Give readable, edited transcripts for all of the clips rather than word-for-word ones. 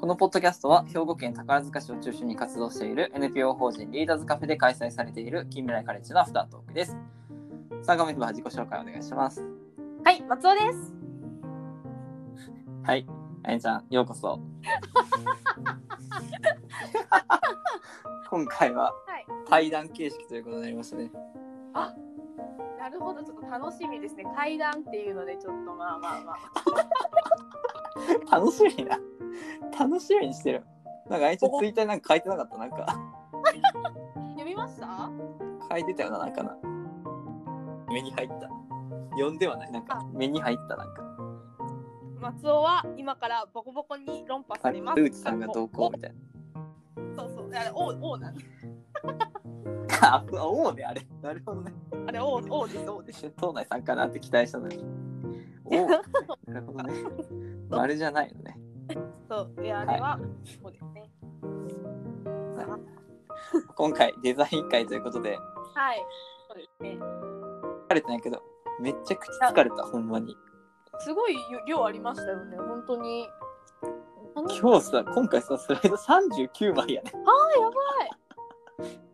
このポッドキャストは兵庫県宝塚市を中心に活動している NPO 法人リーダーズカフェで開催されている近未来カレッジのアフタートークです。参加メンバー自己紹介お願いします。 はい、松尾です。 はい、あやちゃんようこそ。今回は対談形式ということになりましたね。 あ、なるほど、ちょっと楽しみですね。対談っていうのでちょっとまあ楽しみにしてる。なんかあいつツイッターなんか書いてなかった？なんか読みました？ 書いてたよな、なんかな。目に入った。読んではない、なんか目に入ったなんか。 松尾は今からボコボコに論破されます。 ルーチさんがどうこうみたいな。そう、あれ王なんで。 王であれ。なるほどね。 あれ王です。 党内さんかなって期待したのに。なるほどね。あれじゃないのね。 そう、いやあれはそうですね。 はい、今回デザイン会ということで。 はい。そうですね。 疲れてないけど、めっちゃ口疲れた、ほんまに。 すごい量ありましたよね、本当に。 今回さ、スライド39枚やね。 やばい。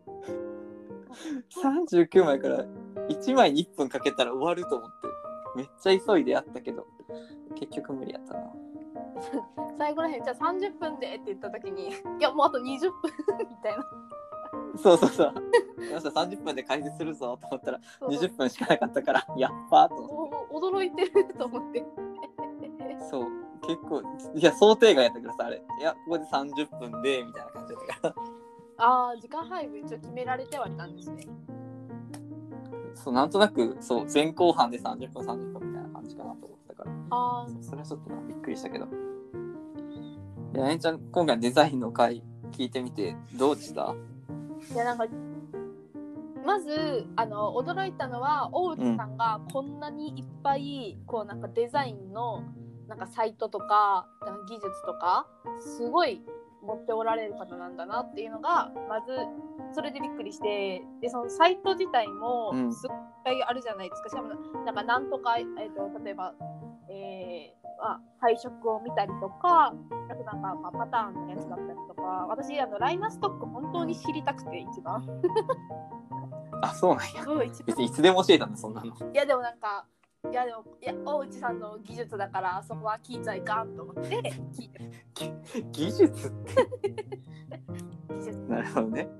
39枚から1枚に1分かけたら終わると思ってめっちゃ急いでやったけど結局無理やったな。 最後らへんじゃあ30分でって言った時にいやもうあと20分みたいな。 そう30分で開始するぞと思ったら20分しかなかったからやっばーと驚いてると思ってそう結構いや想定外やったけどさ、あれいやここで30分でみたいな感じだったから時間配分一応決められてはいたんですね。 そうなんとなくそう前後半で30分みたいな感じかなと思ったからそれはちょっとびっくりしたけど。いや、えんちゃん今回デザインの回聞いてみてどうでした？ いやなんかまず驚いたのは大内さんがこんなにいっぱいこうなんかデザインのなんかサイトとか技術とかすごい持っておられる方なんだなっていうのがまずそれでびっくりして、でそのサイト自体もすごいあるじゃないですか。しかもなんとか、例えば、配色を見たりとか、あとパターンのやつだったりとか、私ライナーストック本当に知りたくて一番あ、そうなんや。別にいつでも教えたんだそんなの。 いやでも大内さんの技術だからそこは聞いちゃいかんと思って聞いて技術ってなるほどね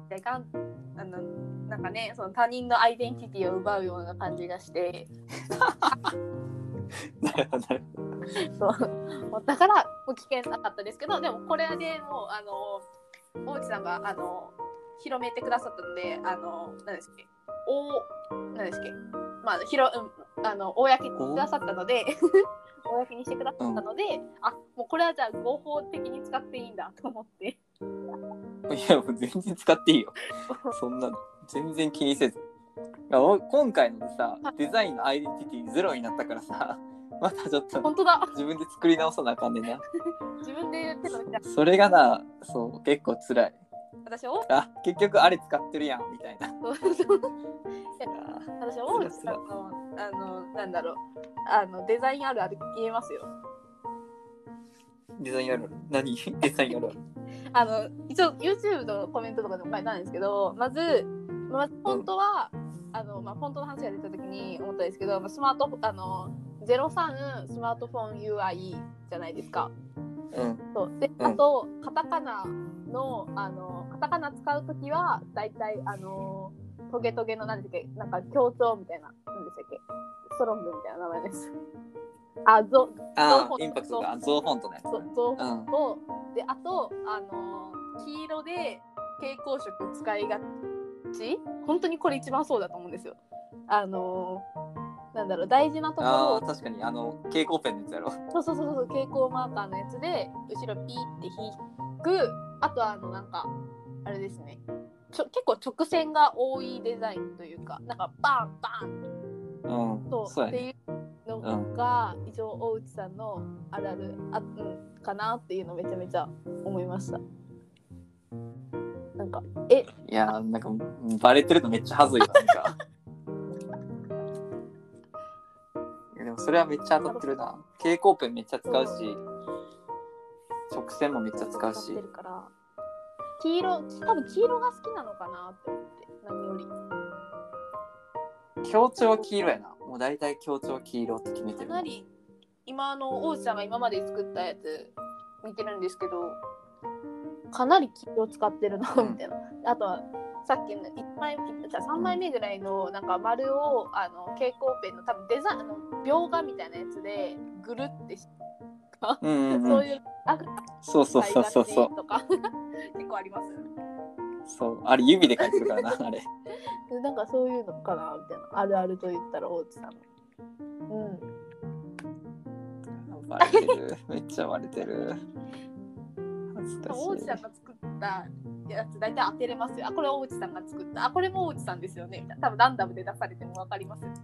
なんかね、その他人のアイデンティティを奪うような感じがしてなるほどそうだからもう聞けなかったですけど、でもこれでもう大内さんが広めてくださったので何ですっけ公にくださったので公にしてくださったので、もうこれはじゃあ合法的に使っていいんだと思っていやもう全然使っていいよそんなの全然気にせず。今回のさデザインのアイデンティティゼロになったからさ、またちょっと本当だ自分で作り直さなあかんねんな自分で言ってたみたい。 それがな、そう結構辛い。結局あれ使ってるやんみたいな私大内さんのデザインあるある言えますよ。 デザインあるある何？デザインあるある一応 YouTube のコメントとかでも書いたんですけど、まず本当は、本当の話が出た時に思ったんですけど、03スマートフォン UI じゃないですか。そうで、あとカタカナのカタカナ使う時はだいたいトゲトゲのなんか強調みたいな何でしたっけ、ストロングみたいな名前です。 インパクトがゾーフォントのやつ。 ゾーフォント、であと黄色で蛍光色使いがち、本当にこれ一番そうだと思うんですよ。大事なところを確かに蛍光ペンのやつやろ。 そう蛍光マーカーのやつで後ろピーって引く。あとあれですね、結構直線が多いデザインというか、なんかバンバン、そうっていうのが一応大内さんのあるあるかなっていうのをめちゃめちゃ思いました。なんかいやなんかバレてるのめっちゃ恥ずいわなんかいやでもそれはめっちゃ当たってるな。蛍光ペンめっちゃ使うし直曲線もめっちゃ使うし。 使ってるから黄色、多分黄色が好きなのかなって思って、何より。 強調黄色やな。もう大体強調黄色って決めてる。 かなり今王子さんが今まで作ったやつ見てるんですけど、かなり黄色使ってるなみたいな、あとはさっきの3枚目ぐらいのなんか丸を蛍光ペンの多分デザイン描画みたいなやつでぐるってしてそういうそうとか結構あります。 そうあれ指で書いてるからなあれなんかそういうのかなみたいな、あるあると言ったら大内さんバレてるめっちゃバレてる。恥ずかしい。 大内さんが作ったやつ大体当てれますよ。あ、これ大内さんが作った、あ、これも大内さんですよねみたいな、多分ランダムで出されても分かりますよ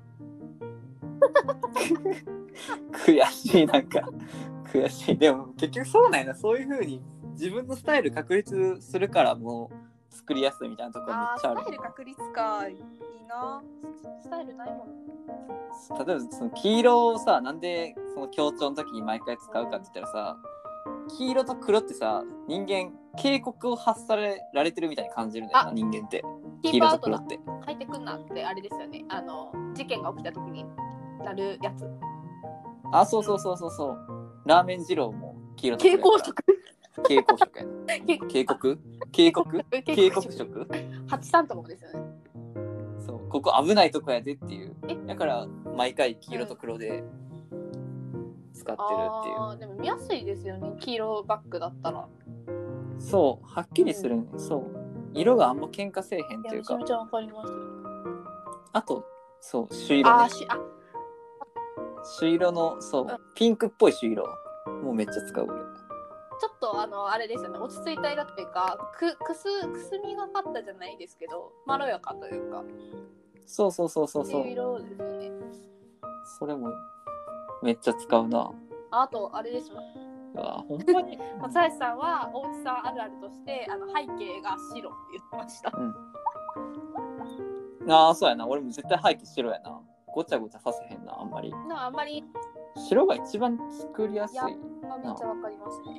悔しい、なんか悔しい。でも結局そうなんやな。そういう風に自分のスタイル確立するからもう作りやすいみたいなところめっちゃある。 スタイル確立か、いいな。スタイルないもん。 例えばその黄色をさ、なんでその強調の時に毎回使うかって言ったらさ、黄色と黒ってさ、人間警告を発されられてるみたいに感じるんだよな、人間って。黄色と黒って入ってくんなってあれですよね、事件が起きた時になるやつ。 あ、そうラーメン二郎も黄色と黒やから。警告色やね。警告色 83とかもですよね。 そう、ここ危ないとこやでっていう。だから毎回黄色と黒で使ってるっていう。 でも見やすいですよね、黄色バッグだったら。 そう、はっきりする、そう。色があんま喧嘩せえへんっていうか。 めちゃめちゃわかります。 あと、そう、朱色、ね。朱色の、そう、ピンクっぽい朱色。もうめっちゃ使う俺。 ちょっとあれですよね、落ち着いた色っていうか、くすみがかったじゃないですけど、まろやかというか。 そう。 っていう色ですよね。 それもめっちゃ使うな。 あとあれですよ。 ほんまに。 松橋さんは大内さんあるあるとして背景が白って言ってました。 ああ、そうやな。俺も絶対背景白やな。ごちゃごちゃさせへんな、あんまり。白が一番作りやすい。 めっちゃわかりますね。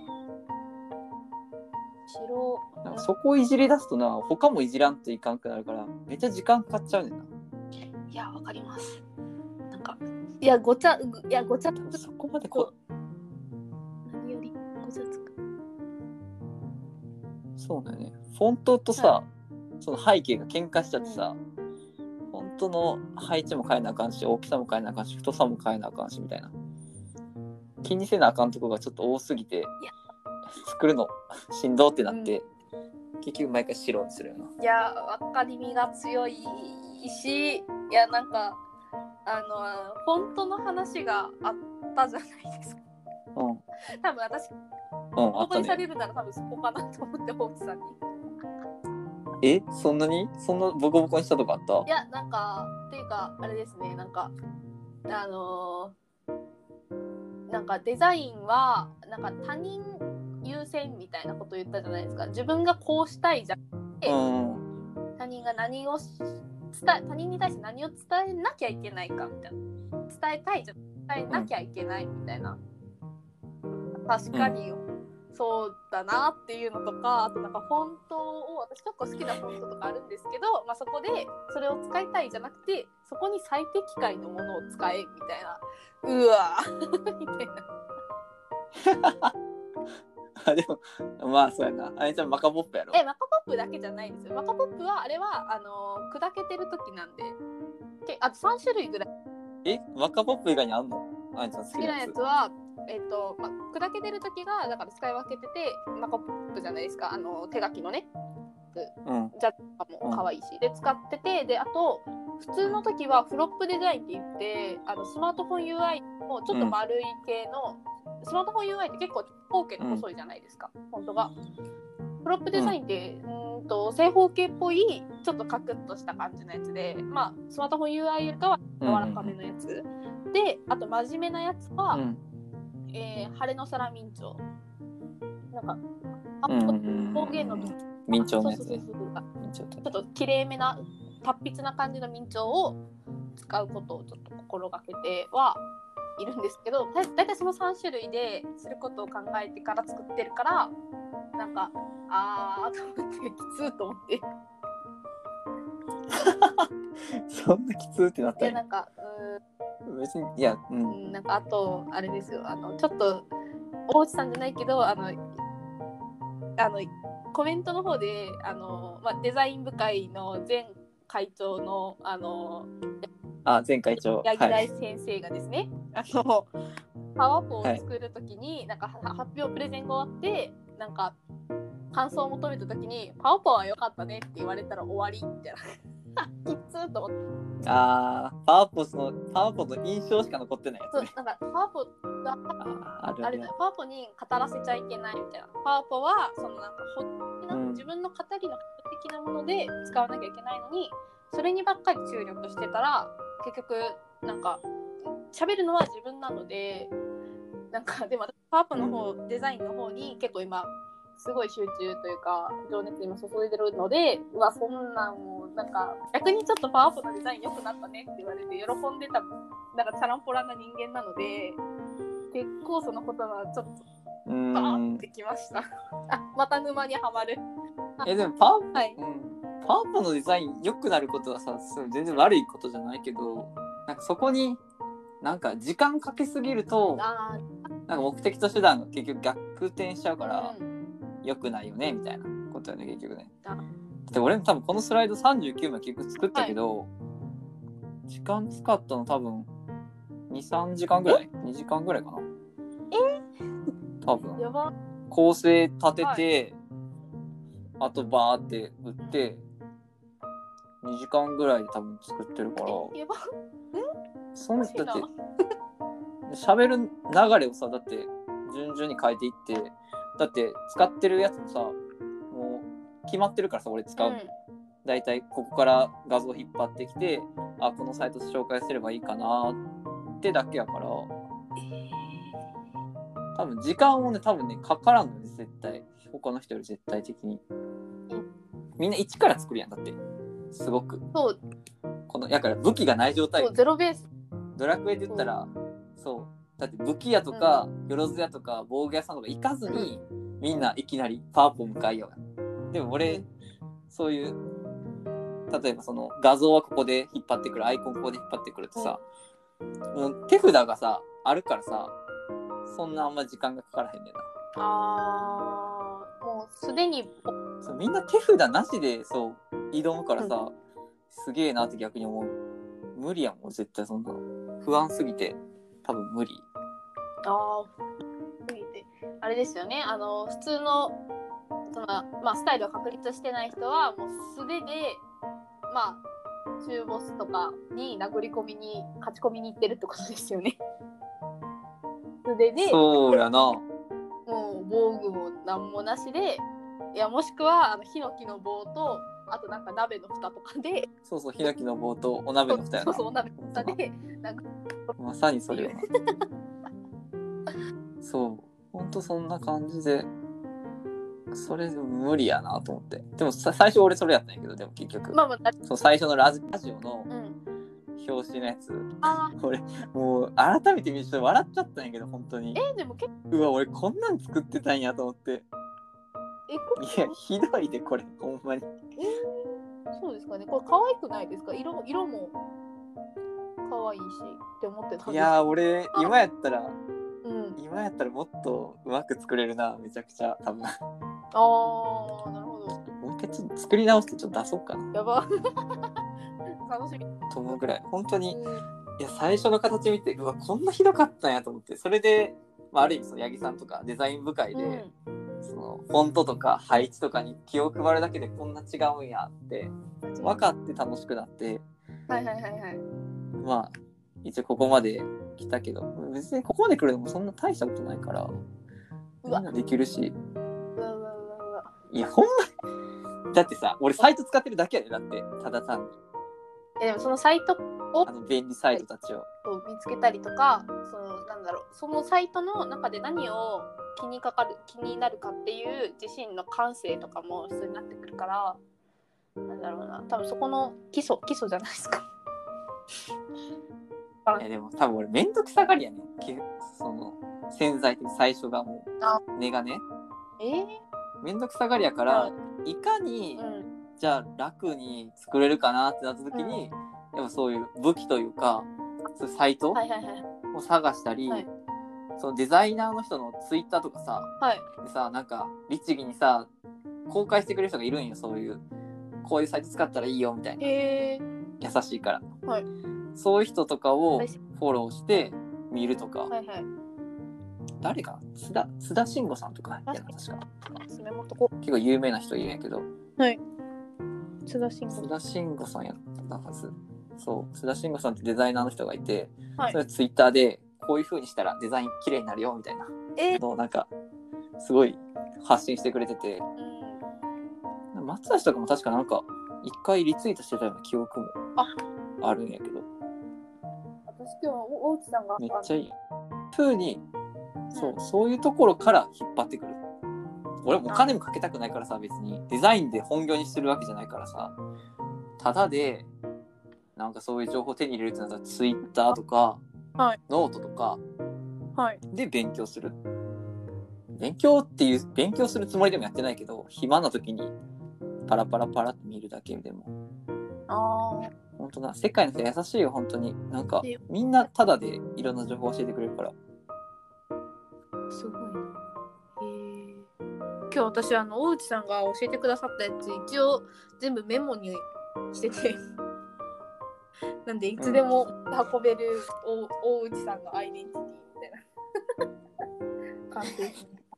白。 そこをいじり出すとな、他もいじらんといかんくなるから、めっちゃ時間かかっちゃうねんな。 いや、わかります。なんか、ごちゃそこまで何よりごちゃつく。 そうだよね。フォントとさ、その背景が喧嘩しちゃってさ、フォントの配置も変えなあかんし、大きさも変えなあかんし、太さも変えなあかんしみたいな。気にせなあかんとこがちょっと多すぎて、作るのしんどってなって、結局毎回白にするよな。 いや、分かりみが強いし、いや、なんかフォントの話があったじゃないですか。多分私、ボコにされるなら多分そこかなと思って、大内さんに。 そんなボコボコにしたとこあった？ いや、なんかっていうかあれですね、なんかなんかデザインはなんか他人優先みたいなこと言ったじゃないですか。自分がこうしたいじゃなくて、他人が他人に対して何を伝えなきゃいけないかみたいな、伝えたいじゃ伝えなきゃいけないみたいな、確かにそうだなっていうのとか、あとなんかフォントを私結構好きなフォントとかあるんですけど、そこでそれを使いたいじゃなくて、そこに最適解のものを使えみたいな、うわみたいな。 でもそうやな。あれじゃマカポップやろ。 マカポップだけじゃないんですよ。マカポップはあれは砕けてる時なんで、あと3種類ぐらい。 マカポップ以外にあんの？ 好きなやつは砕けてる時がだから使い分けてて、マカポップじゃないですか、手書きのね、ジャッとかも可愛いし、で使ってて、であと普通の時はフロップデザインって言ってスマートフォン UI もちょっと丸い系の、スマートフォン UI って結構方形の細いじゃないですか、フォントが。フロップデザインって、正方形っぽいちょっとカクッとした感じのやつで、スマートフォン UI よりかは柔らかめのやつ、で、あと真面目なやつは、晴れの皿明朝、なんか方言の明朝のやつ、 ちょっときれいめな達筆な感じの明朝を使うことをちょっと心がけてはいるんですけど、だいたいその3種類ですることを考えてから作ってるから、なんかと思ってきつーと思ってそんなきつーってなったんや。 いやなんか別にいや、 なんかあとあれですよ、ちょっと大内さんじゃないけどコメントの方でデザイン部会の前会長の前会長八木大先生がですね、パワポを作るときに、なんか発表プレゼンが終わってなんか感想を求めたときにパワポは良かったねって言われたら終わりみたいなきつーと思って。 パワポの印象しか残ってないやつ、ね、 そうなんかパワポがあれだ、パワポに語らせちゃいけないみたいな。パワポはそのなんか自分の語りの的なもので使わなきゃいけないのに、それにばっかり注力してたら結局なんか喋るのは自分なので、なんかでもパワポの方、デザインの方に結構今すごい集中というか情熱今注いでるので、そんなんもなんか逆にちょっとパワポのデザイン良くなったねって言われて喜んでた、なんかチャランポランな人間なので、結構そのことはちょっとバーってきましたまた沼にはまるでもパワポのデザイン良くなることはさ、全然悪いことじゃないけど、なんかそこになんか時間かけすぎるとなんか目的と手段が結局逆転しちゃうから、良くないよねみたいなことよね結局ね。で俺も多分このスライド39枚結局作ったけど、時間使ったの多分 2,3 時間ぐらい2時間ぐらいかな。多分やば構成立てて、あとバーって打って2時間ぐらいで多分作ってるから、 やばそんだって喋る流れをさ、だって順々に変えていって、だって使ってるやつもさもう決まってるからさ、俺使うの、だいたいここから画像引っ張ってきて、このサイト紹介すればいいかなってだけやから、多分時間もねかからんのね、絶対他の人より絶対的に。みんな一から作るやん、だってすごくそうこのやから武器がない状態、 そうゼロベースドラクエで言ったら、そうだって武器屋とか、よろず屋とか防具屋さんとか行かずに、みんないきなりパワポ向かいよう。でも俺、そういう例えばその画像はここで引っ張ってくる、アイコンここで引っ張ってくるってさ、もう手札がさあるからさ、そんなあんま時間がかからへんねんな。 もうすでにそうみんな手札なしで挑むからさ、すげえなって逆に思う。無理やもん絶対、そんなの不安すぎて多分無理。 あれですよね、普通のスタイルを確立してない人はもう素手で中ボスとかに殴り込みに勝ち込みに行ってるってことですよね。素手でそうやな、もう防具もなんもなしで、いやもしくはヒノキの棒とあとなんか鍋の蓋とかで、 ヒノキの棒とお鍋の蓋やな。 お鍋の蓋でなんかまさにそれよなそうほんとそんな感じで、それ無理やなと思って。でも最初俺それやったんやけど、でも結局そう最初のラジオの表紙のやつ、俺もう改めて見てちょっと笑っちゃったんやけど、本当にでもうわ俺こんなん作ってたんやと思って。いやひどいでこれほんまに。 そうですかね、これ可愛くないですか？色も可愛いしって思ってたんです。いや俺今やったらもっとうまく作れるな、めちゃくちゃ多分。なるほど。 もう一回ちょっと作り直してちょっと出そうかな。 やば楽しみと思うぐらい本当に、いや最初の形見てうわこんなひどかったんやと思って、それで、ある意味その八木さんとかデザイン部会で、そのフォントとか配置とかに気を配るだけでこんな違うんやって分かって楽しくなって、一応ここまで来たけど、別にここまで来るのもそんな大したことないからみんなできるし。いやほんまだってさ俺サイト使ってるだけやで、だってただ単に。 でもそのサイトを便利サイトたちを見つけたりとか、そのサイトの中で何を気になるかっていう自身の感性とかも必要になってくるから、多分そこの基礎じゃないですかでも多分俺めんどくさがりやねん。その潜在的最初がもう根がね。めんどくさがりやから、いかに、じゃあ楽に作れるかなってなった時に、やっぱそういう武器というか、そういうサイトを探したり、そのデザイナーの人のツイッターとかさ、でさ、なんか律儀にさ公開してくれる人がいるんよ。そういうこういうサイト使ったらいいよみたいな、優しいから、そういう人とかをフォローして見るとか、誰かな、津田慎吾さんとかやな、確か結構有名な人いるんやけど、津田慎吾さんやったはず。そう津田慎吾さんってデザイナーの人がいて、それツイッターでこういう風にしたらデザイン綺麗になるよみたいなのをなんかすごい発信してくれてて、松橋とかも確かなんか一回リツイートしてたような記憶もあるんやけど、 私今日大内さんがめっちゃいい風に、そういうところから引っ張ってくる。俺もお金もかけたくないからさ、別にデザインで本業にするわけじゃないからさ、ただでなんかそういう情報を手に入れるってなったらツイッターとか、ノートとかで勉強する。勉強するつもりでもやってないけど、暇な時にパラパラって見るだけでも。本当だ、世界の人優しいよ本当に。なんかみんなタダでいろんな情報を教えてくれるから。 すごいな。今日私大内さんが教えてくださったやつ一応全部メモにしててなんでいつでも運べる大内さんのアイデンティティみたいな完成ですね。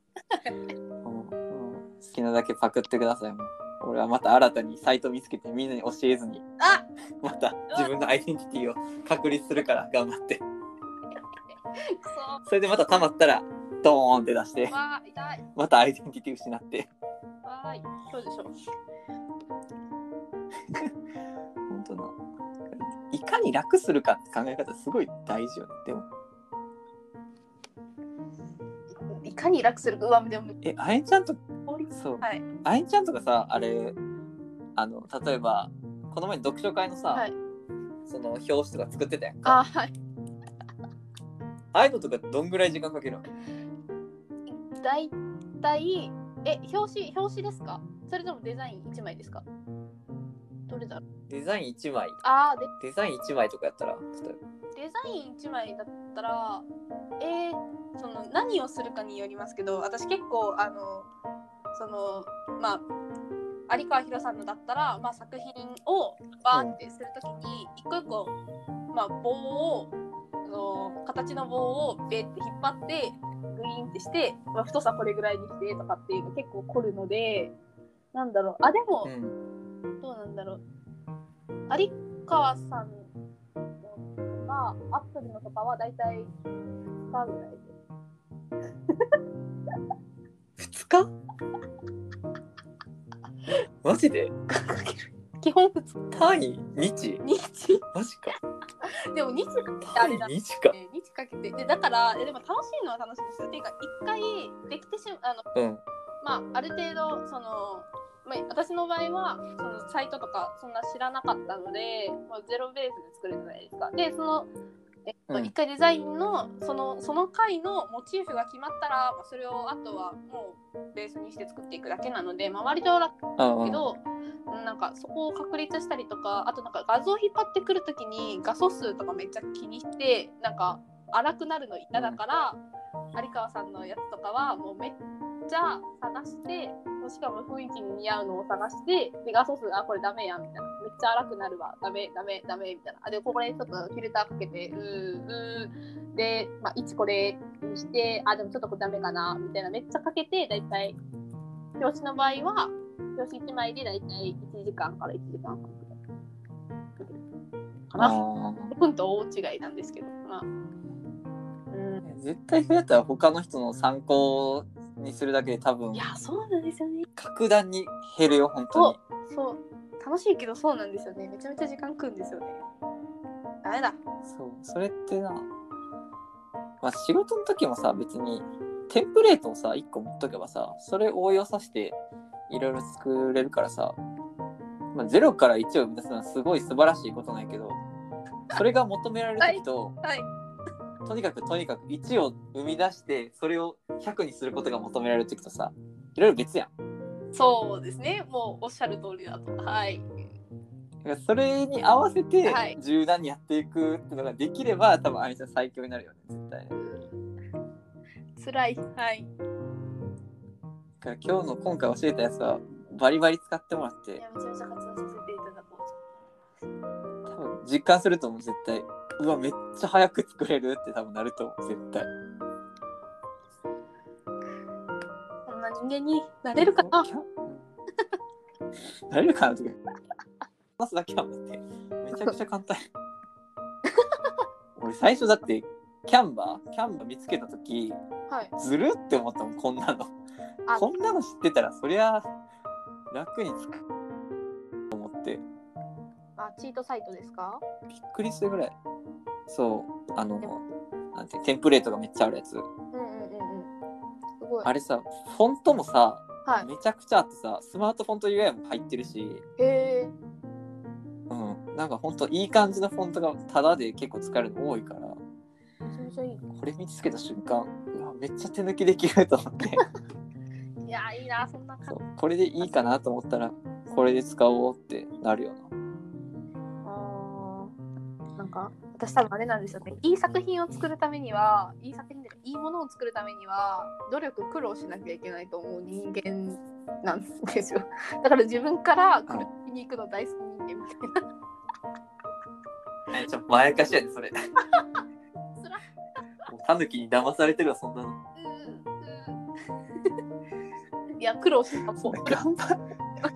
好きなだけパクってください。もう俺はまた新たにサイト見つけてみんなに教えずにまた自分のアイデンティティを確立するから頑張ってそれでまた溜まったらドーンって出してまたアイデンティティ失ってそうでしょ本当な、いかに楽するかって考え方すごい大事よね。でもいかに楽するかでもあやちゃんとあやちゃんとかさ、あれ例えばこの前読書会のさ、その表紙とか作ってたやんか。ああいうのとかどんぐらい時間かけるの？ だいたい表紙ですか？それともデザイン1枚ですか？どれだろう？ デザイン1枚。デザイン1枚とかやったら、 デザイン1枚だったらその何をするかによりますけど、私結構有川博さんのだったら、作品をバーってするときに一個一個、棒を形の棒をベッて引っ張ってグイーンってして、太さこれぐらいにしてとかっていうの結構凝るので、なんだろう、でも、どうなんだろう、有川さんがアップルのとかはだいたい2日ぐらいで2日マジで基本2日単位日マジか。 でも日かけてあれだ、日かけてで、だからでも楽しいのは楽しいんですよ。っていうか一回できてある程度その、私の場合はそのサイトとかそんな知らなかったので、ゼロベースで作るじゃないですか。でその一回デザインのその回のモチーフが決まったら、それをあとはもうベースにして作っていくだけなので、割と楽だけど、なんかそこを確立したりとか、あとなんか画像を引っ張ってくるときに画素数とかめっちゃ気にして、なんか荒くなるの嫌だから、有川さんのやつとかはもうめっちゃ探して、しかも雰囲気に似合うのを探して、で画素数これダメやみたいな、めっちゃ荒くなるわ、ダメみたいな、でここでちょっとフィルターかけてで、1これにして、でもちょっとこれダメかなみたいなめっちゃかけて、だいたい表紙の場合は表紙1枚でだいたい1時間から1時間半かな。5分と大違いなんですけど、 絶対それやったら他の人の参考にするだけで多分、 いやそうなんですよね、 格段に減るよ本当に。 そう楽しいけどそうなんですよね、めちゃめちゃ時間食うんですよね。ダメだ。 それってな、仕事の時もさ、別にテンプレートをさ1個持っとけばさ、それを応用させていろいろ作れるからさ、0から1を生み出すのはすごい素晴らしいことなんやけど、 それが求められる時と、 はい、 とにかく1を生み出してそれを100にすることが求められる時とさ、いろいろ別やん。 そうですね、もうおっしゃる通りだと。はい。 それに合わせてはい柔軟にやっていくっていうのができれば、多分あいつは最強になるよね、絶対ね。 辛い。はい。 だから今回教えたやつはバリバリ使ってもらって、 いや、めちゃめちゃ活用させていただこう多分実感すると思う、絶対。うわ、めっちゃ早く作れるって多分なると思う、絶対。 そんな人間になれるかな。 なれるかなとか話すだけは待って、めちゃくちゃ簡単。俺最初だってキャンバ見つけた時、 はい、 ずるって思ったもん。こんなの知ってたらそりゃ楽に作ると思って。 あ、チートサイトですか？ びっくりするぐらい。そうなんてテンプレートがめっちゃあるやつ。 すごい。 あれさ、フォントもさ、 はい、 めちゃくちゃあってさ、スマートフォント UI も入ってるし、 へー、 なんかほんといい感じのフォントがタダで結構使えるの多いから、 めちゃめちゃいい。 これ見つけた瞬間、うわめっちゃ手抜きできると思って。 いや、いいな、そんな感じ。 そう、これでいいかなと思ったらこれで使おうってなるよな。 なんか私多分あれなんですよね。いい作品を作るためには、いいものを作るためには苦労しなきゃいけないと思う人間なんですよ。だから自分から苦しに行くの大好き人間みたいな。 ちょっとまやかしやねそれ。もうタヌキに騙されてるわ、そんなの。 いや、苦労してたもん。 頑張る。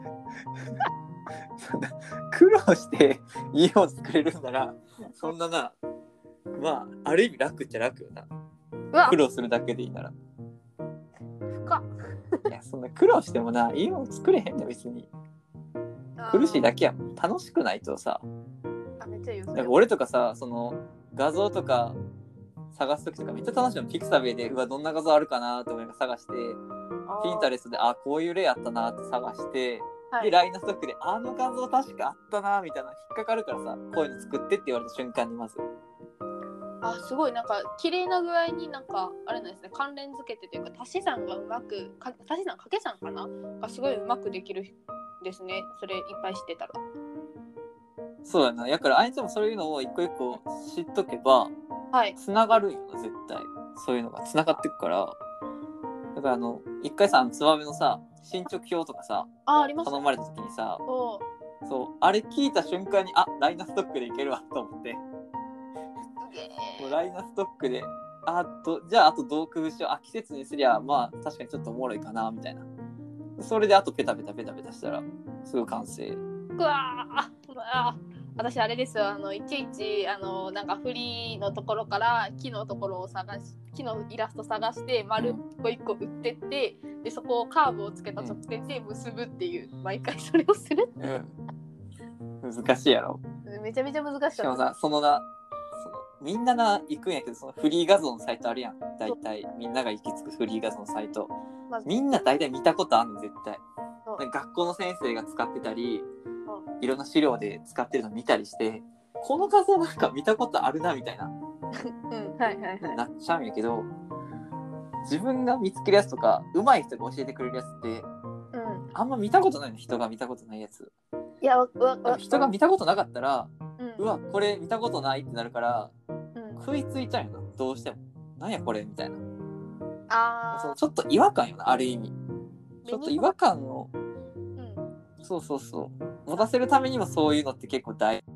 苦労して家を作れるんなら、そんなな、まあある意味楽っちゃ楽よな。苦労するだけでいいなら。 深っ。 いや、そんな苦労してもな、家を作れへんね、別に。苦しいだけやもん。楽しくないとさ。 めっちゃ言う。 なんか俺とかさ、その画像とか探すときとかめっちゃ楽しいの。ピクサベで、どんな画像あるかなと思いながら探して、ピンタレストで、こういう例あったなって探して、で、ライナーストックで、あの画像確かあったなみたいな、引っかかるからさ、こういうの作ってって言われた瞬間にまず。 すごいなんか綺麗な具合になんかあれなんですね、関連付けてというか足し算がうまく足し算掛け算かながすごいうまくできるですね。それいっぱい知ってたら。 そうだな。だからあいつもそういうのを一個一個知っとけば、つながるんよな、絶対。そういうのがつながってくから。だから一回さ、ツバメのさ、進捗表とかさ、頼まれた時にさ、そうあれ聞いた瞬間にライナーストックでいけるわと思って。もうライナーストックでじゃああとどう工夫しよう、季節にすりゃまあ確かにちょっとおもろいかなみたいな。それであとペタペタしたらすぐ完成。 うわ私あれですよ、いちいちなんかフリーのところから木のところを木のイラスト探して丸一個打ってって、でそこをカーブをつけた直線で結ぶっていう、毎回それをする、 難しいやろ。 めちゃめちゃ難しかった。 しかもさ、みんな行くんやけど、そのフリー画像のサイトあるやん。大体みんなが行き着くフリー画像のサイト、みんな大体見たことあるの絶対。学校の先生が使ってたり、いろんな資料で使ってるの見たりして、この画像なんか見たことあるなみたいななっちゃうんやけど、自分が見つけるやつとか上手い人が教えてくれるやつって、あんま見たことないの。人が見たことないやつ。 いや、 人が見たことなかったら、うわこれ見たことないってなるから、食いついちゃうよな、どうしても。なんやこれみたいな。ちょっと違和感よな、ある意味。ちょっと違和感を、そう持たせるためにもそういうのって結構大事。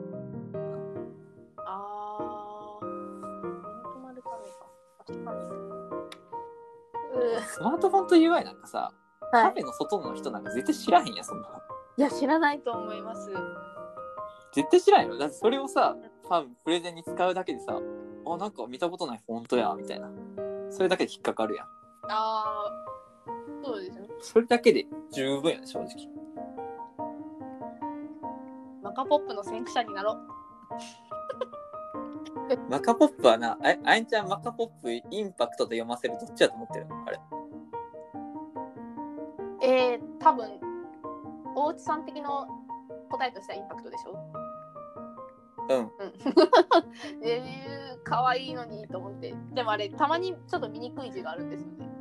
スマートフォンと UI なんかさ、カフェの外の人なんか絶対知らへんや、そんな。 いや、知らないと思います。 絶対知らんよ。だってそれをさ、プレゼンに使うだけでさ、なんか見たことないフォントやみたいな。それだけで引っかかるやん。 そうですね。 それだけで十分やね、正直。 マカポップの先駆者になろう。 マカポップはな、あいちゃんマカポップインパクトと読ませるどっちだと思ってるのあれ。 多分大内さん的の答えとしてはインパクトでしょ。 うん可愛いのにと思って。でもあれたまにちょっと見にくい字があるんですよね。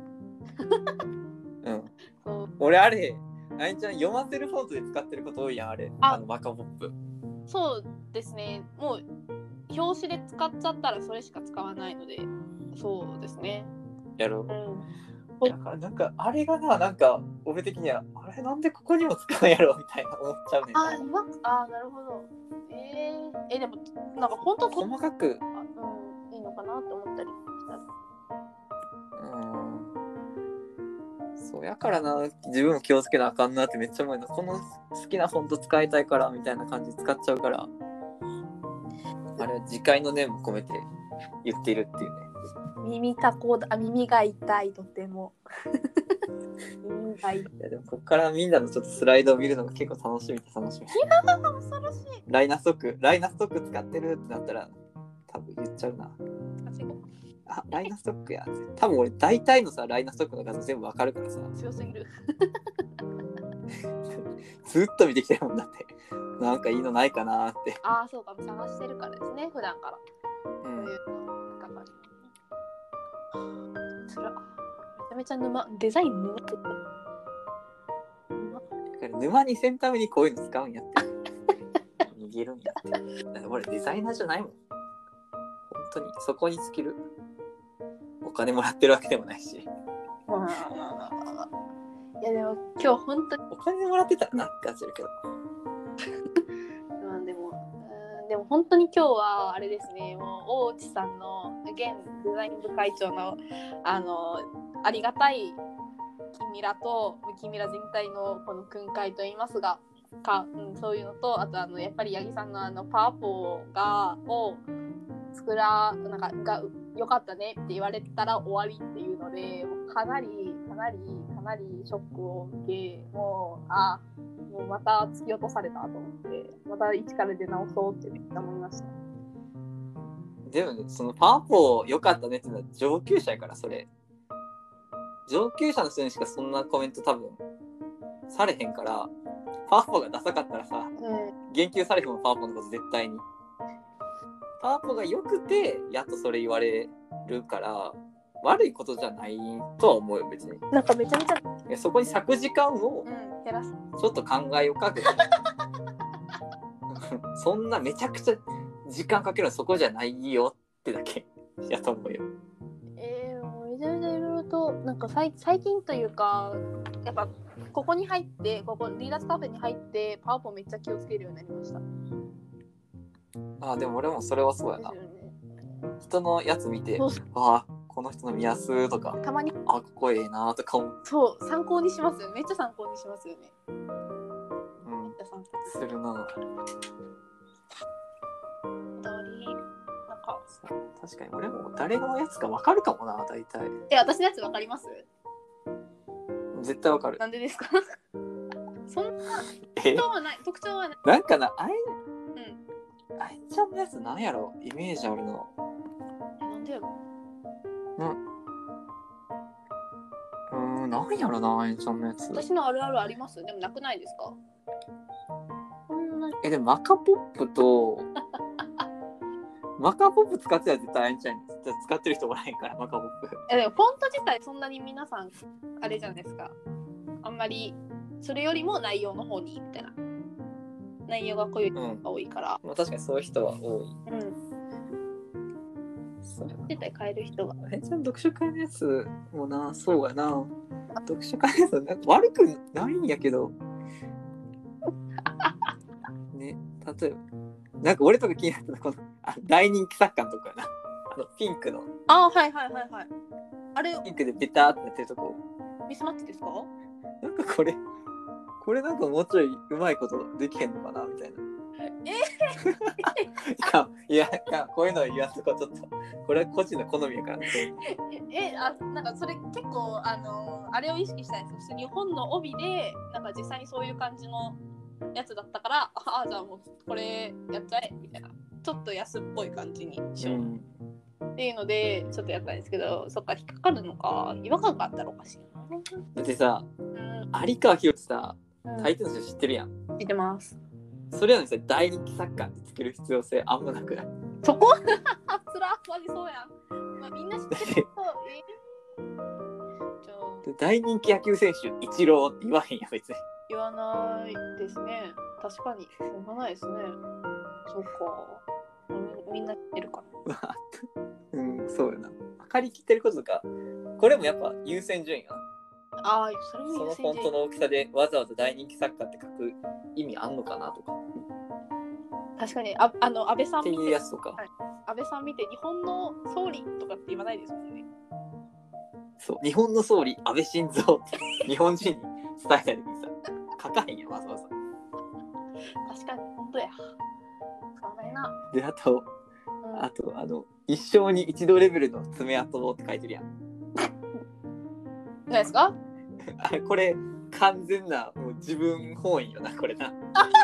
そう俺あれあいちゃん読ませるフォントで使ってること多いやんあれ。マカポップ。 そうですね。もう表紙で使っちゃったらそれしか使わないので。そうですね。 やろう。だからなんかあれがなんか俺的にはあれなんでここにも使うんやろみたいな思っちゃうね。 なるほど。でもなんか本当細かくいいのかなって思ったりしたら。 そうやからな自分も気をつけなあかんなってめっちゃ思うの。この好きなフォント使いたいからみたいな感じで使っちゃうからあれは自戒の念も込めて言っているっていうね。 耳が痛いとても耳が痛い。 いやでもこっからみんなのちょっとスライドを見るのが結構楽しみ。いや恐ろしい。 ライナストック使ってるってなったら多分言っちゃうな。ライナストックや多分俺大体のさライナストックの画像全部わかるからさ。 強すぎるずっと見てきてるもんだって。なんかいいのないかなって。 そうか探してるからですね普段から。めちゃめちゃデザイン沼にせんためにこういうの使うんやって逃げるんやって。だから俺デザイナーじゃないもん本当に。そこに尽きる。お金もらってるわけでもないし。いやでも今日本当にお金もらってたらなんかするけどでも本当に今日はあれですね。もう大内さんの現デザイン部会長のありがたい君ら全体のこの訓戒といいますがそういうのとあとやっぱり八木さんのパワポを作らなんかが良かったねって言われたら終わりっていうのでかなりショックを受けもうまた突き落とされたと思ってまた一から出直そうって思いました。 でもねそのパワポ良かったねっていうのは上級者やから。それ上級者の人にしかそんなコメント多分されへんからパワポがダサかったらさ、言及されへんもんパワポのこと絶対に。パワポが良くてやっとそれ言われるから悪いことじゃないとは思うよ別に。 なんかめちゃめちゃそこに割く時間を減らすちょっと考えようかぐらいそんなめちゃくちゃ時間かけるのそこじゃないよってだけやと思うよ。 めちゃめちゃいろいろとなんか最近というかやっぱここに入ってリーダーズカフェに入ってパワポめっちゃ気をつけるようになりました。 でも俺もそれはそうやな、人のやつ見てこの人の見やすとかたまにここええなとかもそう参考にしますよ。めっちゃ参考にしますよね。 めっちゃ参考するな。確かに俺も誰のやつか分かるかもな大体。 私のやつ分かります？ 絶対分かる。 なんでですか？そんな特徴はない。 なんかなあいちゃんのやつなんやろイメージあるの。 なんでやろなんやろなあいちゃんのやつ。 私のあるあるあります？でもなくないですか？ でもマカポップとマカポップ使ってたら絶対あいちゃん使ってる人おらへんからマカポップ。 でもフォント自体そんなに皆さんあれじゃないですか。あんまりそれよりも内容の方にみたいな。内容が濃い人が多いから。 確かにそういう人は多い。 絶対変える人が。 あいちゃん読書会のやつもなそうやな。読書会のやつなんか悪くないんやけど。ね例えば。なんか俺とか気になったのこの大人気作家のとこやな。ピンクの。 はい。あれピンクでベターってなってるとこ。 ミスマッチですか？ なんかこれなんかもうちょいうまいことできへんのかなみたいな。いやこういうの言わんとこちょっとこれは個人の好みやから。 なんかそれ結構あれを意識したいんですよ。日本の帯でなんか実際にそういう感じのやつだったからじゃあもうこれやっちゃえみたいなちょっと安っぽい感じにしよう、っていうのでちょっとやったんですけどそっか引っかかるのか違和感があったらおかしいな。 だってさ、有川博さ大抵の人知ってるやん。 知ってます。 それなのにさ、大人気作家ってつける必要性あんまなくない？ そこつらマジそうやん。まあ、みんな知ってるけど大人気野球選手イチローって言わへんや別に。 言わないですね。確かに言わないですね。そうか。みんな知ってるから。 うん、そうよな。分かりきってることとか、これもやっぱ優先順位が。 ああ、それもその優先順位。 フォントの大きさでわざわざ大人気作家って書く意味あんのかなとか。 確かに安倍さんっていうやつとか、 はい、安倍さん見て日本の総理とかって言わないですもんね。 そう、日本の総理安倍晋三って日本人に伝えたい時にさ、書かへんやわざわざ。 確かに本当や。使わないな。 であと一生に一度レベルの爪痕って書いてるやん。 何ですか？ これ完全なもう自分本位よなこれな。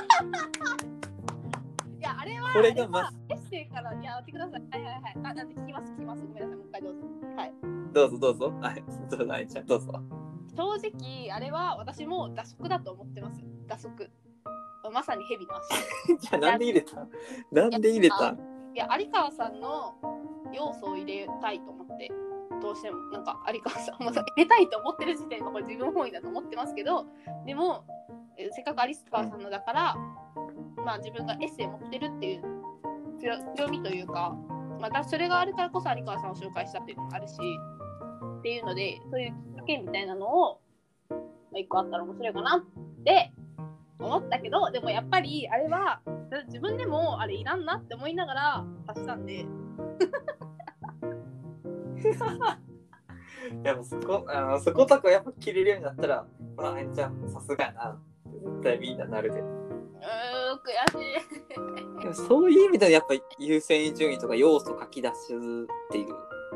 いやあれはこれがエッセイからやってください。はいはいはい。なんで聞きます。ごめんなさい、もう一回どうぞ。はい。 どうぞどうぞ。はい、どうぞ愛ちゃんどうぞ。 正直あれは私も打足だと思ってます。打足。まさに蛇の足。 じゃあなんで入れた？なんで入れた？ いや有川さんの要素を入れたいと思って。どうしてもなんか有川さんも入れたいと思ってる時点でこれ自分本位だと思ってますけど、でもせっかく有川さんのだから、まあ自分がエッセイ持ってるっていう強みというか、またそれがあるからこそ有川さんを紹介したっていうのもあるしっていうので、そういうきっかけみたいなのを、まあ、一個あったら面白いかなって思ったけど、でもやっぱりあれは自分でもあれいらんなって思いながら足したんでやっぱそことかやっぱ切れるようになったら、まあ愛ちゃんさすがやな絶対みんななるで。 悔しい。 でもそういう意味ではやっぱ優先順位とか要素書き出すっていう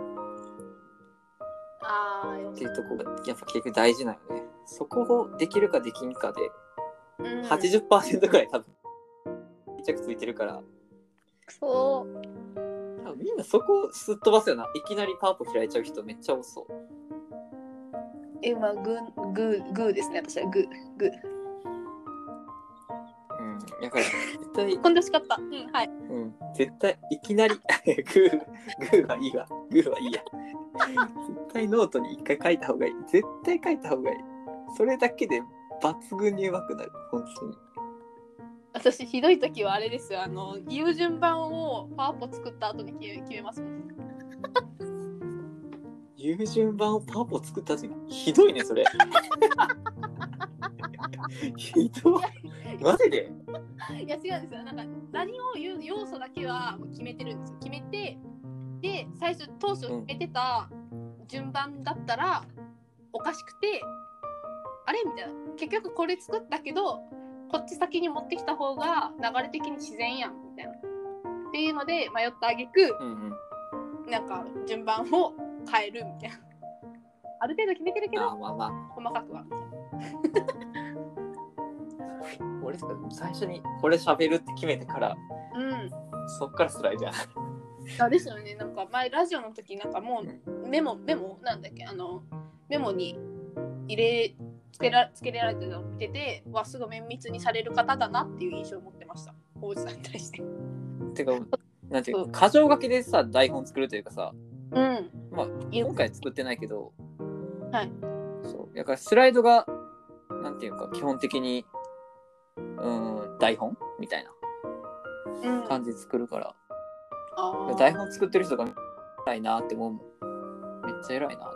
っていうところがやっぱ結局大事なのね。そこをできるかできんかで、80% ぐらい多分着ついてるから。 そう多分みんなそこをすっ飛ばすよな。いきなりパーポ開いちゃう人めっちゃ多そう。 今グーですね。私はグー。 だから絶対今度しかった。はい。 絶対いきなりグーはいいわ。グーはいいや。絶対ノートに一回書いた方がいい。絶対書いた方がいい。それだけで抜群に上手くなる。本当に。 私ひどい時はあれですよ。言う順番をパワポ作った後に決めますもん。 言う順番をパワポ作った後にひどいねそれ。ひどい。マジで？ いや違うんですよ。なんか何を言う要素だけはもう決めてるんですよ。決めて、で当初決めてた順番だったらおかしくて、あれみたいな。結局これ作ったけどこっち先に持ってきた方が流れ的に自然やんみたいな。っていうので迷った挙句、なんか順番を変えるみたいな。ある程度決めてるけど、細かくはみたいな。 俺最初にこれ喋るって決めてから、そっからスライドやな。ですよね。なんか前ラジオの時なんかもうメモなんだっけメモにつけられてたのを見てて、すごい綿密にされる方だなっていう印象を持ってました。大内さんに対して。 てかなんていう箇条書きでさ台本作るというかさ、まあ今回作ってないけど、 はい。 そうだからスライドがなんていうか基本的に台本みたいな感じで作るから、台本作ってる人が偉いなって思うもん。めっちゃ偉いなって。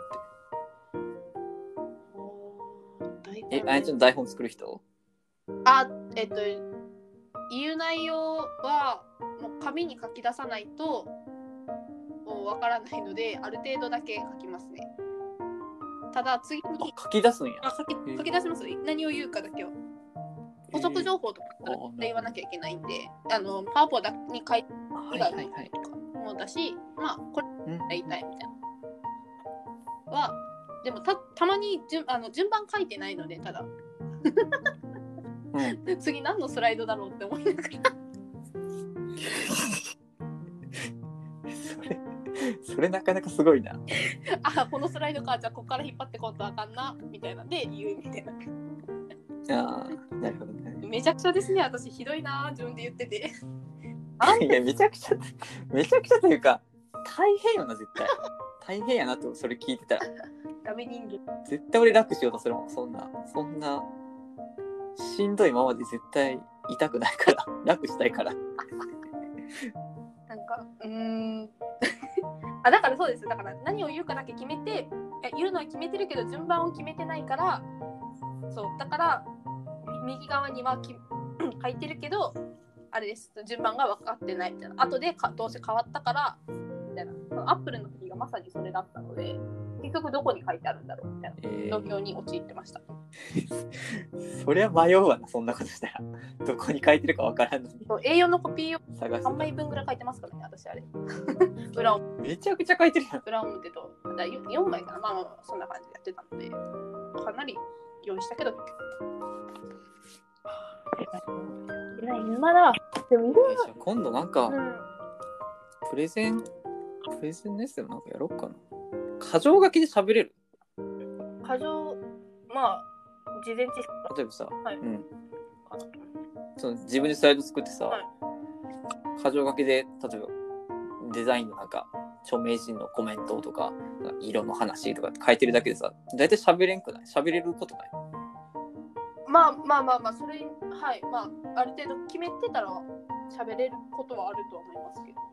あやちゃん台本作る人？ 言う内容はもう紙に書き出さないとわからないので、ある程度だけ書きますね。ただ次に書き出すんや。 書き出します。何を言うかだけを。補足情報とか言わなきゃいけないんで、パワポだに書いて以外とかもだし、まあこれやりたいみたいなは、でもたまに順番書いてないので、ただ次何のスライドだろうって思いながらそれなかなかすごいな。 このスライドか、じゃあここから引っ張ってこんとあかんなみたいなんで言うみたいな。 ああ、なるほどね。 めちゃくちゃですね、私ひどいな自分で言ってて。 いや、めちゃくちゃというか、大変よな、絶対。大変やなと、それ聞いてたら。 ダメ人間。 絶対俺楽しようとするもん、そんな、しんどいままで絶対痛くないから、楽したいから。 なんか、あ、だからそうです。だから何を言うかだけ決めて、言うのは決めてるけど、順番を決めてないから、そう、だから、右側には書いてるけど、あれです、順番が分かってないみたいな。後でどうせ変わったから、みたいな。アップルの時がまさにそれだったので、結局どこに書いてあるんだろうみたいな状況に陥ってました。 そりゃ迷うわな、そんなことしたら。どこに書いてるか分からんのに。 A4 のコピーを探して 3枚分ぐらい書いてますからね、私あれ。裏をめちゃくちゃ書いてるやん。 裏表と4枚かな、まあそんな感じでやってたので、かなり用意したけど、まだでも今度なんか、プレゼンのやつでもなんかやろうかな。箇条書きで喋れる？ 箇条、まあ事前知識。 例えばさ、 はい、 その自分でスライド作ってさ、 はい、 箇条書きで例えばデザインのなんか著名人のコメントとか色の話とか書いてるだけでさ、だいたい喋れんくない？喋れることない？ まあそれ、はい、まあある程度決めてたら喋れることはあるとは思いますけど、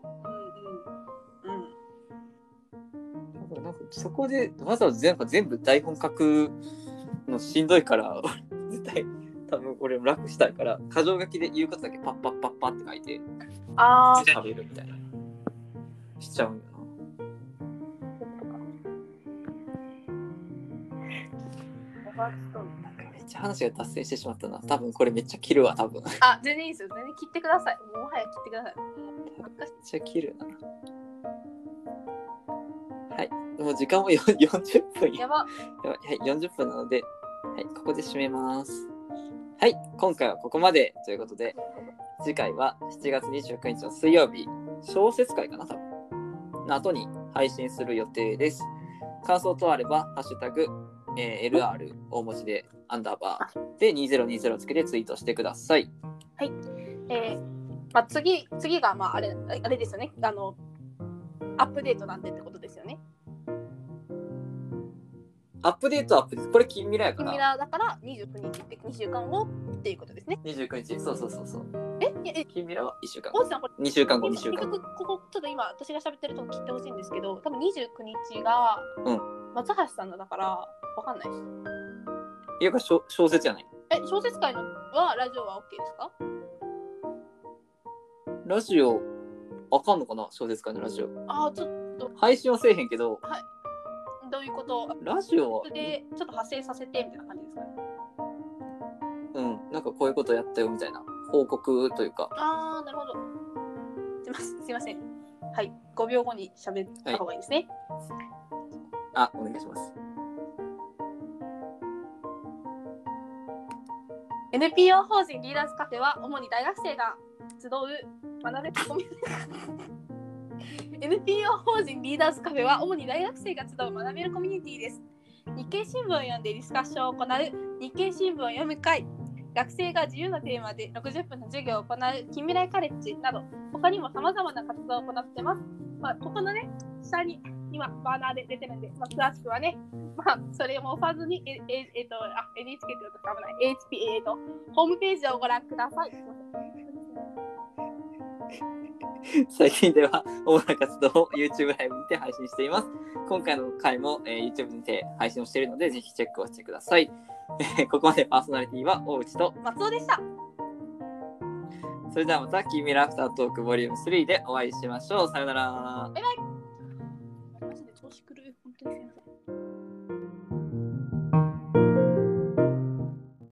なんかそこでわざわざ全部台本書くのしんどいから絶対多分俺も楽したいから箇条書きで言うことだけパッパッパッパって書いて喋るみたいなしちゃうんよな。めっちゃ話が脱線してしまったな。多分これめっちゃ切るわ、多分。 あ、全然いいですよ。全然切ってください。もはや切ってください。 めっちゃ切るな。はい、もう時間も40分やば。 はい、40分なので、はい、ここで締めます。はい、今回はここまでということで、次回は7月29日の水曜日、小説会かな、多分の後に配信する予定です。感想等あれば、ハッシュタグ、LR 大文字でアンダーバーで2020つけてツイートしてください。 はい。まあ、次が、まあ、あれですよね。アップデートなんでってことですよね。 アップデートです。これ近未来やから。 近未来だから29日って2週間後っていうことですね。 29日、そう。近未来は1週間。 大地さん、これ 2週間後、2週間後。 ここちょっと今私が喋ってるとこ切ってほしいんですけど、多分29日が松橋さんのだからわかんないです。 いや、小説じゃない。 小説会のはラジオは OK ですか？ ラジオあかんのかな、小説会のラジオ。 ちょっと配信はせえへんけど。 はい。どういうこと？ ラジオでちょっと派生させてみたいな感じですかね。 なんかこういうことやったよみたいな報告というか。 なるほど。すいません。はい。5秒後に喋った方がいいですね。 はい、お願いします。 NPO 法人リーダーズカフェは主に大学生が集う学べるコミュニティNPO 法人リーダーズカフェは主に大学生が集う学べるコミュニティです。日経新聞を読んでディスカッションを行う日経新聞を読む会、学生が自由なテーマで60分の授業を行う近未来カレッジなど、他にも様々な活動を行っています。ここのね、下に今バーナーで出てるんで、詳しくはね、それも押さずに、NHK って言うと危ない、HP、ホームページをご覧ください。 最近では主な活動を YouTube ライブにて配信しています。今回の回も、YouTube にて配信をしているので、ぜひチェックをしてください。ここまでパーソナリティは大内と松尾でした。 それではまた近未来アフタートークボリューム3でお会いしましょう。さよなら。 バイバイ。マジで調子狂う。本当にすいません。